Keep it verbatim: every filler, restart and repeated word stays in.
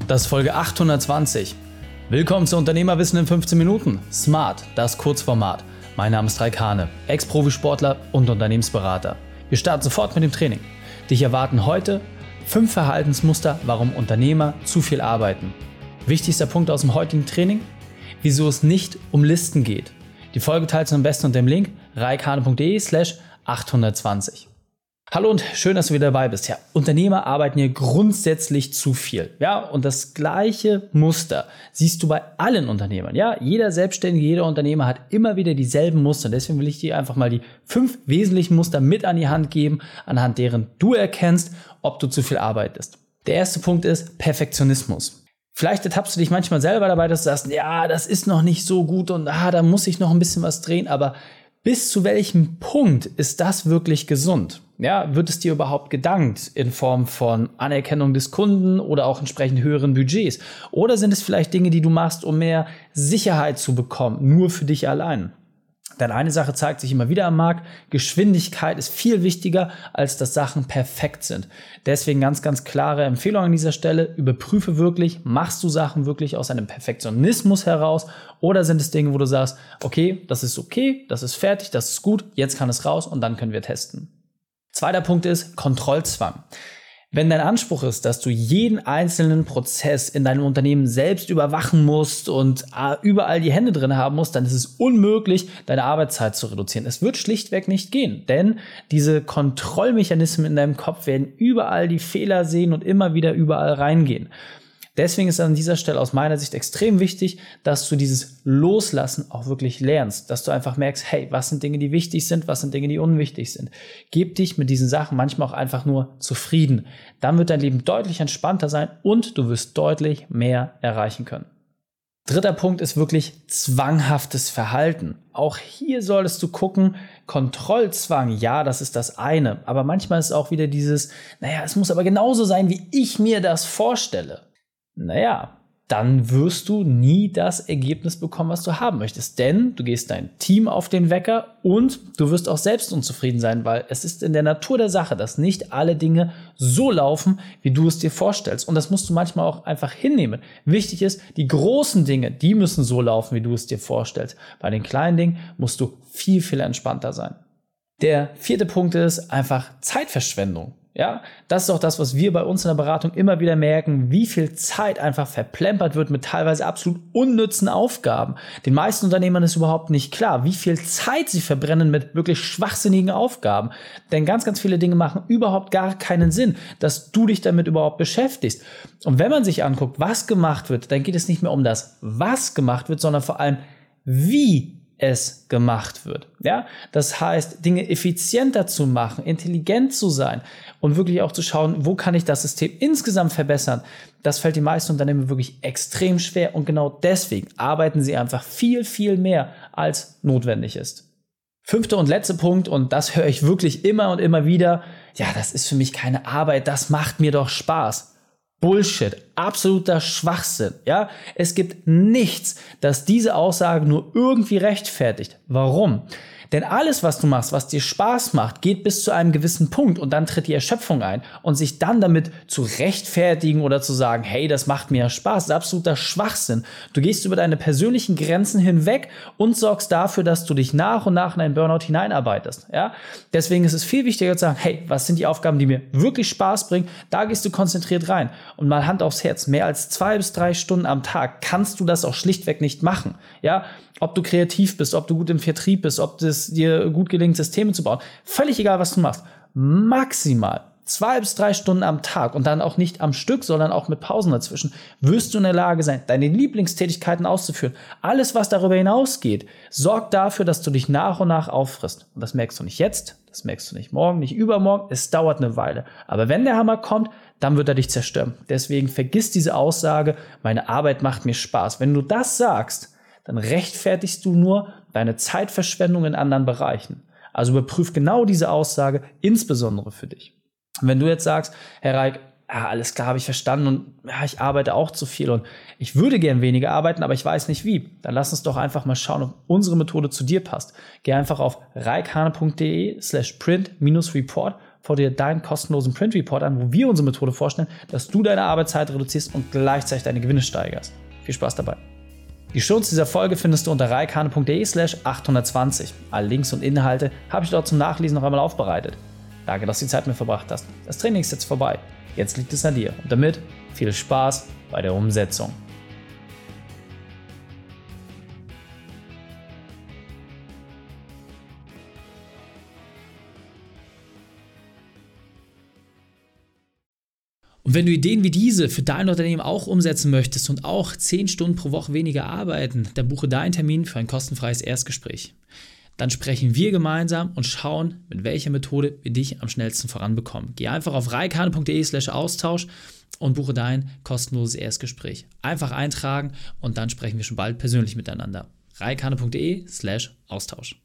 Das ist Folge achthundertzwanzig. Willkommen zu Unternehmerwissen in fünfzehn Minuten. Smart, das Kurzformat. Mein Name ist Raik Hane, Ex-Profisportler und Unternehmensberater. Wir starten sofort mit dem Training. Dich erwarten heute fünf Verhaltensmuster, warum Unternehmer zu viel arbeiten. Wichtigster Punkt aus dem heutigen Training: wieso es nicht um Listen geht. Die Folge teilst du am besten unter dem Link reikhane.de slash achthundertzwanzig. Hallo und schön, dass du wieder dabei bist. Ja, Unternehmer arbeiten hier grundsätzlich zu viel. Ja, und das gleiche Muster siehst du bei allen Unternehmern. Ja, jeder Selbstständige, jeder Unternehmer hat immer wieder dieselben Muster. Deswegen will ich dir einfach mal die fünf wesentlichen Muster mit an die Hand geben, anhand deren du erkennst, ob du zu viel arbeitest. Der erste Punkt ist Perfektionismus. Vielleicht ertappst du dich manchmal selber dabei, dass du sagst, ja, das ist noch nicht so gut und ah, da muss ich noch ein bisschen was drehen, aber bis zu welchem Punkt ist das wirklich gesund? Ja, wird es dir überhaupt gedankt in Form von Anerkennung des Kunden oder auch entsprechend höheren Budgets? Oder sind es vielleicht Dinge, die du machst, um mehr Sicherheit zu bekommen, nur für dich allein? Denn eine Sache zeigt sich immer wieder am Markt: Geschwindigkeit ist viel wichtiger, als dass Sachen perfekt sind. Deswegen ganz, ganz klare Empfehlung an dieser Stelle: Überprüfe wirklich, machst du Sachen wirklich aus einem Perfektionismus heraus oder sind es Dinge, wo du sagst, okay, das ist okay, das ist fertig, das ist gut, jetzt kann es raus und dann können wir testen. Zweiter Punkt ist Kontrollzwang. Wenn dein Anspruch ist, dass du jeden einzelnen Prozess in deinem Unternehmen selbst überwachen musst und überall die Hände drin haben musst, dann ist es unmöglich, deine Arbeitszeit zu reduzieren. Es wird schlichtweg nicht gehen, denn diese Kontrollmechanismen in deinem Kopf werden überall die Fehler sehen und immer wieder überall reingehen. Deswegen ist an dieser Stelle aus meiner Sicht extrem wichtig, dass du dieses Loslassen auch wirklich lernst, dass du einfach merkst, hey, was sind Dinge, die wichtig sind, was sind Dinge, die unwichtig sind. Gib dich mit diesen Sachen manchmal auch einfach nur zufrieden. Dann wird dein Leben deutlich entspannter sein und du wirst deutlich mehr erreichen können. Dritter Punkt ist wirklich zwanghaftes Verhalten. Auch hier solltest du gucken, Kontrollzwang, ja, das ist das eine, aber manchmal ist es auch wieder dieses, naja, es muss aber genauso sein, wie ich mir das vorstelle. Naja, dann wirst du nie das Ergebnis bekommen, was du haben möchtest. Denn du gehst dein Team auf den Wecker und du wirst auch selbst unzufrieden sein, weil es ist in der Natur der Sache, dass nicht alle Dinge so laufen, wie du es dir vorstellst. Und das musst du manchmal auch einfach hinnehmen. Wichtig ist, die großen Dinge, die müssen so laufen, wie du es dir vorstellst. Bei den kleinen Dingen musst du viel, viel entspannter sein. Der vierte Punkt ist einfach Zeitverschwendung. Ja, das ist auch das, was wir bei uns in der Beratung immer wieder merken, wie viel Zeit einfach verplempert wird mit teilweise absolut unnützen Aufgaben. Den meisten Unternehmern ist überhaupt nicht klar, wie viel Zeit sie verbrennen mit wirklich schwachsinnigen Aufgaben. Denn ganz, ganz viele Dinge machen überhaupt gar keinen Sinn, dass du dich damit überhaupt beschäftigst. Und wenn man sich anguckt, was gemacht wird, dann geht es nicht mehr um das, was gemacht wird, sondern vor allem, wie es gemacht wird. Ja, das heißt, Dinge effizienter zu machen, intelligent zu sein und wirklich auch zu schauen, wo kann ich das System insgesamt verbessern. Das fällt den meisten Unternehmen wirklich extrem schwer und genau deswegen arbeiten sie einfach viel, viel mehr, als notwendig ist. Fünfter und letzter Punkt, und das höre ich wirklich immer und immer wieder: ja, das ist für mich keine Arbeit, das macht mir doch Spaß. Bullshit, absoluter Schwachsinn, ja? Es gibt nichts, das diese Aussage nur irgendwie rechtfertigt. Warum? Denn alles, was du machst, was dir Spaß macht, geht bis zu einem gewissen Punkt und dann tritt die Erschöpfung ein. Und sich dann damit zu rechtfertigen oder zu sagen, hey, das macht mir ja Spaß, ist absoluter Schwachsinn. Du gehst über deine persönlichen Grenzen hinweg und sorgst dafür, dass du dich nach und nach in einen Burnout hineinarbeitest. Ja? Deswegen ist es viel wichtiger zu sagen, hey, was sind die Aufgaben, die mir wirklich Spaß bringen? Da gehst du konzentriert rein. Und mal Hand aufs Herz, mehr als zwei bis drei Stunden am Tag kannst du das auch schlichtweg nicht machen. Ja? Ob du kreativ bist, ob du gut im Vertrieb bist, ob es dir gut gelingt, Systeme zu bauen. Völlig egal, was du machst. Maximal zwei bis drei Stunden am Tag und dann auch nicht am Stück, sondern auch mit Pausen dazwischen, wirst du in der Lage sein, deine Lieblingstätigkeiten auszuführen. Alles, was darüber hinausgeht, sorgt dafür, dass du dich nach und nach auffrisst. Und das merkst du nicht jetzt, das merkst du nicht morgen, nicht übermorgen. Es dauert eine Weile. Aber wenn der Hammer kommt, dann wird er dich zerstören. Deswegen vergiss diese Aussage, meine Arbeit macht mir Spaß. Wenn du das sagst, dann rechtfertigst du nur deine Zeitverschwendung in anderen Bereichen. Also überprüf genau diese Aussage, insbesondere für dich. Und wenn du jetzt sagst, Herr Raik, ja, alles klar, habe ich verstanden und ja, ich arbeite auch zu viel und ich würde gern weniger arbeiten, aber ich weiß nicht wie, dann lass uns doch einfach mal schauen, ob unsere Methode zu dir passt. Geh einfach auf reikhane.de slash print minus report vor dir deinen kostenlosen Print Report an, wo wir unsere Methode vorstellen, dass du deine Arbeitszeit reduzierst und gleichzeitig deine Gewinne steigerst. Viel Spaß dabei. Die Shownotes dieser Folge findest du unter reikane.de slash achthundertzwanzig. Alle Links und Inhalte habe ich dort zum Nachlesen noch einmal aufbereitet. Danke, dass du die Zeit mit mir verbracht hast. Das Training ist jetzt vorbei. Jetzt liegt es an dir. Und damit viel Spaß bei der Umsetzung. Und wenn du Ideen wie diese für dein Unternehmen auch umsetzen möchtest und auch zehn Stunden pro Woche weniger arbeiten, dann buche deinen Termin für ein kostenfreies Erstgespräch. Dann sprechen wir gemeinsam und schauen, mit welcher Methode wir dich am schnellsten voranbekommen. Geh einfach auf reikane.de slash Austausch und buche dein kostenloses Erstgespräch. Einfach eintragen und dann sprechen wir schon bald persönlich miteinander. reikane.de slash Austausch.